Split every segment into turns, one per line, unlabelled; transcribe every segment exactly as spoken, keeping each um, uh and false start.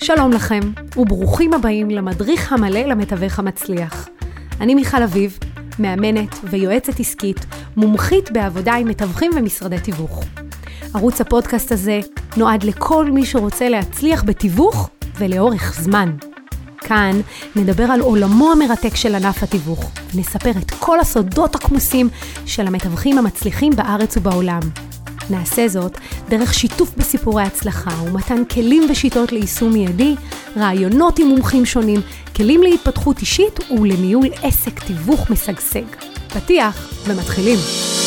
שלום לכם, וברוכים הבאים למדריך המלא למתווך המצליח. אני מיכל אביב, מאמנת ויועצת עסקית, מומחית בעבודה עם מתווכים ומשרדי תיווך. ערוץ הפודקאסט הזה נועד לכל מי שרוצה להצליח בתיווך ולאורך זמן. כאן נדבר על עולמו המרתק של ענף התיווך, ונספר את כל הסודות הכמוסים של המתווכים המצליחים בארץ ובעולם. נעשה זאת דרך שיתוף בסיפורי הצלחה ומתן כלים ושיטות ליישום מיידי, רעיונות עם מומחים שונים, כלים להתפתחות אישית ולניהול עסק תיווך משגשג. פתיח ומתחילים.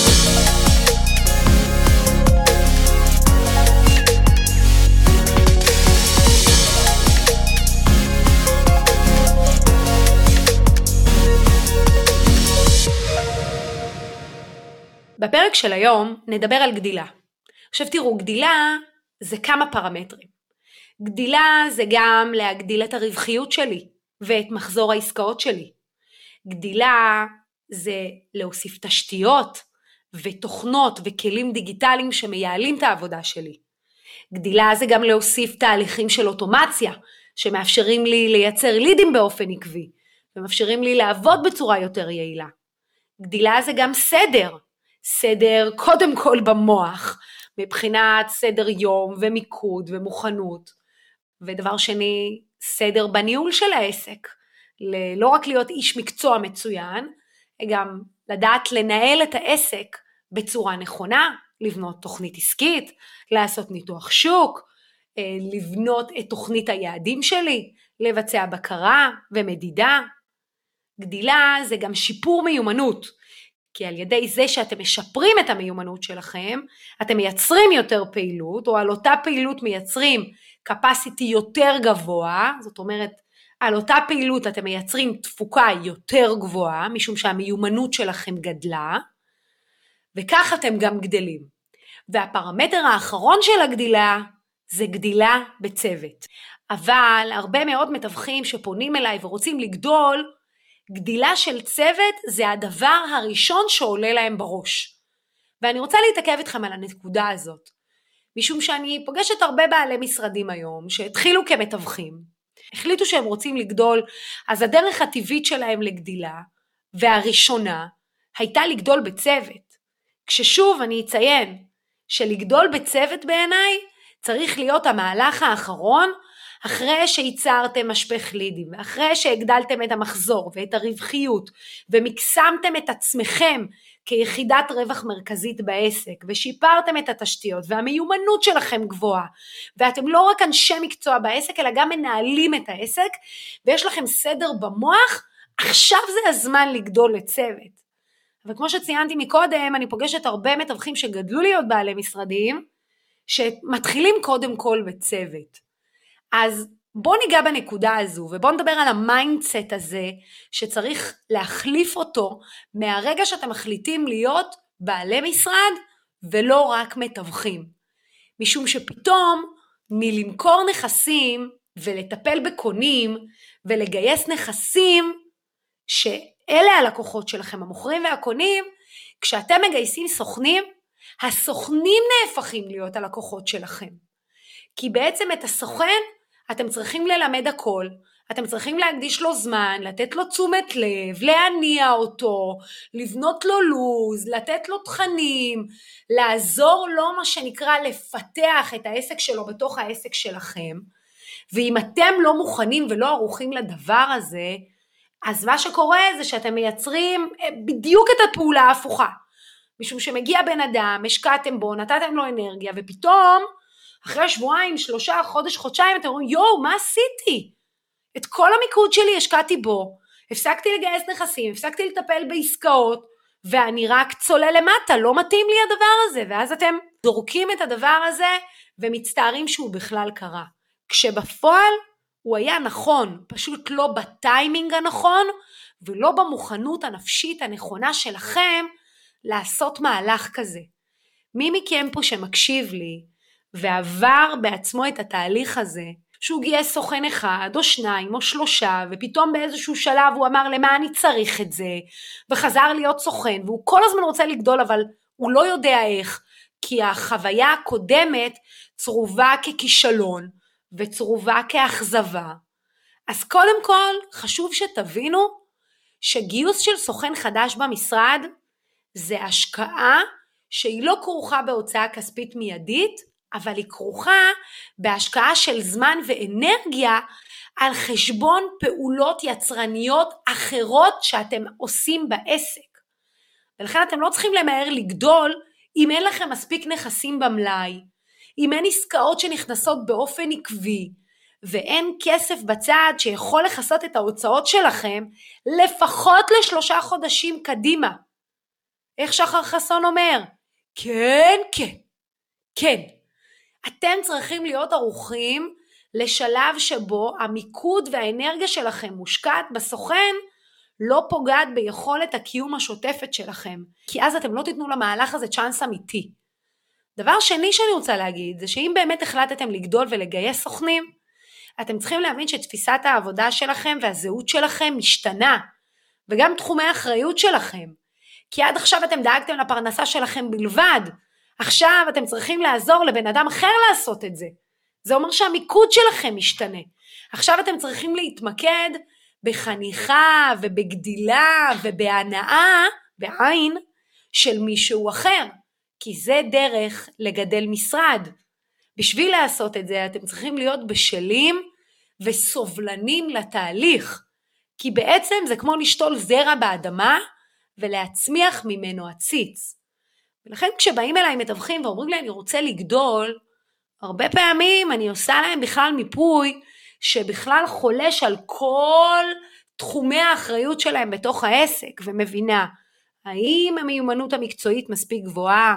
בפרק של היום נדבר על גדילה. עכשיו תראו, גדילה זה כמה פרמטרים. גדילה זה גם להגדיל את הרווחיות שלי ואת מחזור העסקאות שלי. גדילה זה להוסיף תשתיות ותוכנות וכלים דיגיטליים שמייעלים את העבודה שלי. גדילה זה גם להוסיף תהליכים של אוטומציה שמאפשרים לי לייצר לידים באופן עקבי ומאפשרים לי לעבוד בצורה יותר יעילה. גדילה זה גם סדר. סדר קודם כל במוח, מבחינת סדר יום ומיקוד ומוכנות, ודבר שני, סדר בניהול של העסק, לא רק להיות איש מקצוע מצוין, גם לדעת לנהל את העסק בצורה נכונה, לבנות תוכנית עסקית, לעשות ניתוח שוק, לבנות את תוכנית היעדים שלי, לבצע בקרה ומדידה. גדילה זה גם שיפור מיומנות, כי על ידי זה שאתם משפרים את המיומנות שלכם, אתם מייצרים יותר פעילות, או על אותה פעילות מייצרים capacity יותר גבוה, זאת אומרת, על אותה פעילות אתם מייצרים תפוקה יותר גבוהה, משום שהמיומנות שלכם גדלה, וכך אתם גם גדלים. והפרמטר האחרון של הגדילה, זה גדילה בצוות. אבל הרבה מאוד מתווכים שפונים אליי ורוצים לגדול, גדילה של צוות זה הדבר הראשון שעולה להם בראש. ואני רוצה להתעכב איתכם על הנקודה הזאת, משום שאני פוגשת הרבה בעלי משרדים היום, שהתחילו כמתווכים, החליטו שהם רוצים לגדול, אז הדרך הטבעית שלהם לגדילה, והראשונה, הייתה לגדול בצוות. כששוב אני אציין, שלגדול בצוות בעיניי, צריך להיות המהלך האחרון, אחרי שייצרתם משפך לידים, ואחרי שהגדלתם את המחזור ואת הרווחיות, ומקסמתם את עצמכם כיחידת רווח מרכזית בעסק, ושיפרתם את התשתיות, והמיומנות שלכם גבוהה, ואתם לא רק אנשי מקצוע בעסק, אלא גם מנהלים את העסק, ויש לכם סדר במוח, עכשיו זה הזמן לגדול לצוות. אבל כמו שציינתי מקודם, אני פוגשת הרבה מתווכים שגדלו להיות בעלי משרדים, שמתחילים קודם כל בצוות. אז בוא ניגע בנקודה הזו, ובוא נדבר על המיינדסט הזה, שצריך להחליף אותו, מהרגע שאתם מחליטים להיות בעלי משרד, ולא רק מתווכים. משום שפתאום, מלמכור נכסים, ולטפל בקונים, ולגייס נכסים, שאלה הלקוחות שלכם, המוכרים והקונים, כשאתם מגייסים סוכנים, הסוכנים נהפכים להיות הלקוחות שלכם. כי בעצם את הסוכן, אתם צריכים ללמד הכל, אתם צריכים להקדיש לו זמן, לתת לו תשומת לב, להניע אותו, לבנות לו לוז, לתת לו תכנים, לעזור לו מה שנקרא לפתח את העסק שלו בתוך העסק שלכם, ואם אתם לא מוכנים ולא ערוכים לדבר הזה, אז מה שקורה זה שאתם מייצרים בדיוק את הפעולה ההפוכה, משום שמגיע בן אדם, השקעתם בו, נתתם לו אנרגיה, ופתאום, אחרי שבועיים, שלושה, חודש, חודשיים, אתם אומרים, יואו, מה עשיתי? את כל המיקוד שלי השקעתי בו, הפסקתי לגייס נכסים, הפסקתי לטפל בעסקאות, ואני רק צולל למטה, לא מתאים לי הדבר הזה, ואז אתם זורקים את הדבר הזה, ומצטערים שהוא בכלל קרה. כשבפועל הוא היה נכון, פשוט לא בטיימינג הנכון, ולא במוכנות הנפשית הנכונה שלכם, לעשות מהלך כזה. מי מכם פה שמקשיב לי, ועבר בעצמו את התהליך הזה, שהוא גייס סוכן אחד או שניים או שלושה, ופתאום באיזשהו שלב הוא אמר למה אני צריך את זה, וחזר להיות סוכן, והוא כל הזמן רוצה לגדול, אבל הוא לא יודע איך, כי החוויה הקודמת צרובה ככישלון, וצרובה כאכזבה, אז קודם כל חשוב שתבינו שגיוס של סוכן חדש במשרד זה השקעה שהיא לא כרוכה בהוצאה כספית מיידית, אבל היא כרוכה בהשקעה של זמן ואנרגיה על חשבון פעולות יצרניות אחרות שאתם עושים בעסק. ולכן אתם לא צריכים למהר לגדול אם אין לכם מספיק נכסים במלאי, אם אין עסקאות שנכנסות באופן עקבי, ואין כסף בצד שיכול לכסות את ההוצאות שלכם לפחות לשלושה חודשים קדימה. איך שחר חסון אומר? כן, כן, כן. אתם צריכים להיות ערוכים לשלב שבו המיקוד והאנרגיה שלכם מושקעת בסוכן, לא פוגעת ביכולת הקיום השוטפת שלכם, כי אז אתם לא תיתנו למהלך הזה צ'אנס אמיתי. דבר שני שאני רוצה להגיד, זה שאם באמת החלטתם לגדול ולגייס סוכנים, אתם צריכים להבין שתפיסת העבודה שלכם והזהות שלכם משתנה, וגם תחומי האחריות שלכם, כי עד עכשיו אתם דאגתם לפרנסה שלכם בלבד, עכשיו אתם צריכים לעזור לבן אדם אחר לעשות את זה. זה אומר שהמיקוד שלכם משתנה. עכשיו אתם צריכים להתמקד בחניכה ובגדילה ובהנאה, בעין, של מישהו אחר, כי זה דרך לגדל משרד. בשביל לעשות את זה אתם צריכים להיות בשלים וסובלנים לתהליך, כי בעצם זה כמו לשתול זרע באדמה ולהצמיח ממנו עציץ. ולכן כשבאים אליי מתווכים ואומרים לי אני רוצה לגדול, הרבה פעמים אני עושה להם בכלל מיפוי שבכלל חולש על כל תחומי האחריות שלהם בתוך העסק, ומבינה האם המיומנות המקצועית מספיק גבוהה,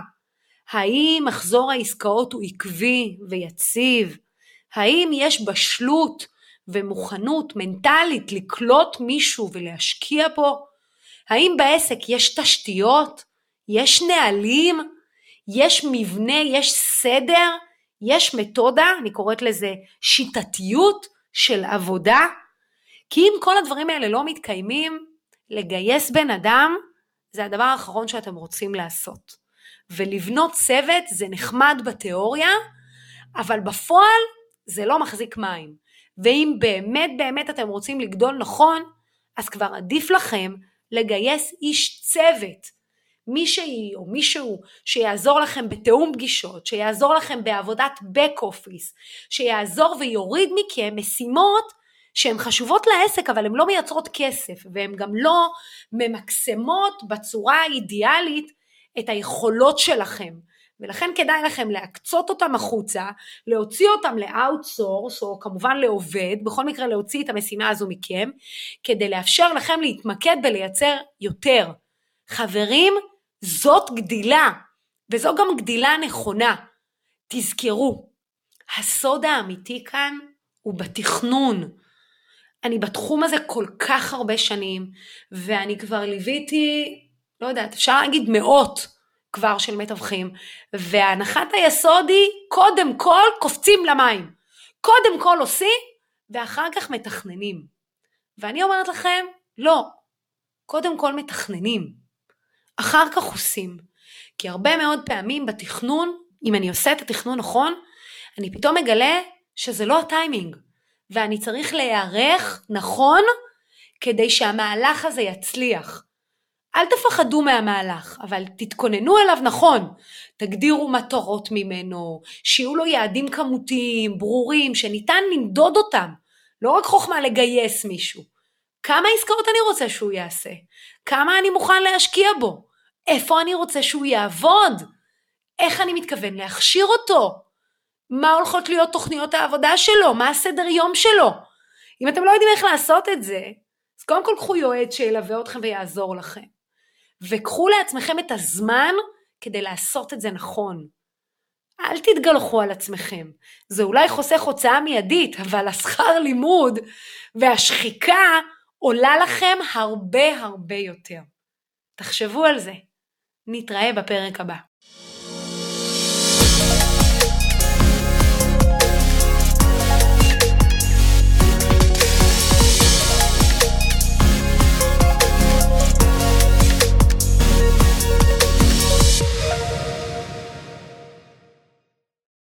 האם מחזור העסקאות הוא עקבי ויציב, האם יש בשלות ומוכנות מנטלית לקלוט מישהו ולהשקיע בו, האם בעסק יש תשתיות, יש נהלים, יש מבנה, יש סדר, יש מתודה, אני קוראת לזה שיטתיות של עבודה, כי אם כל הדברים האלה לא מתקיימים, לגייס בן אדם זה הדבר האחרון שאתם רוצים לעשות. ולבנות צוות זה נחמד בתיאוריה, אבל בפועל זה לא מחזיק מים. ואם באמת באמת אתם רוצים לגדול נכון, אז כבר עדיף לכם לגייס איש צוות, מישהי או מישהו שיעזור לכם בתאום פגישות, שיעזור לכם בעבודת back office, שיעזור ויוריד מכם משימות שהן חשובות לעסק, אבל הן לא מייצרות כסף, והן גם לא ממקסמות בצורה האידיאלית את היכולות שלכם. ולכן כדאי לכם להקצות אותם החוצה, להוציא אותם לאוטסורס, או כמובן לעובד, בכל מקרה להוציא את המשימה הזו מכם, כדי לאפשר לכם להתמקד ולייצר יותר. חברים, זאת גדילה, וזו גם גדילה נכונה. תזכרו, הסוד האמיתי כאן הוא בתכנון. אני בתחום הזה כל כך הרבה שנים, ואני כבר ליוויתי, לא יודעת, אפשר להגיד מאות כבר של מתווכים, והנחת היסוד היא, קודם כל קופצים למים. קודם כל עושים, ואחר כך מתכננים. ואני אומרת לכם, לא, קודם כל מתכננים. אחר כך עושים, כי הרבה מאוד פעמים בתכנון, אם אני עושה את התכנון נכון, אני פתאום מגלה שזה לא הטיימינג, ואני צריך להיערך נכון, כדי שהמהלך הזה יצליח. אל תפחדו מהמהלך, אבל תתכוננו אליו נכון, תגדירו מטרות ממנו, שיהיו לו יעדים כמותיים, ברורים, שניתן למדוד אותם, לא רק חוכמה לגייס מישהו. כמה עסקאות אני רוצה שהוא יעשה? כמה אני מוכן להשקיע בו? איפה אני רוצה שהוא יעבוד? איך אני מתכוון להכשיר אותו? מה הולכות להיות תוכניות העבודה שלו? מה הסדר יום שלו? אם אתם לא יודעים איך לעשות את זה, אז קודם כל קחו יועץ שילווה אתכם ויעזור לכם. וקחו לעצמכם את הזמן כדי לעשות את זה נכון. אל תתגלחו על עצמכם. זה אולי חוסך הוצאה מיידית, אבל השכר לימוד והשחיקה עולה לכם הרבה הרבה יותר. תחשבו על זה. נתראה בפרק הבא.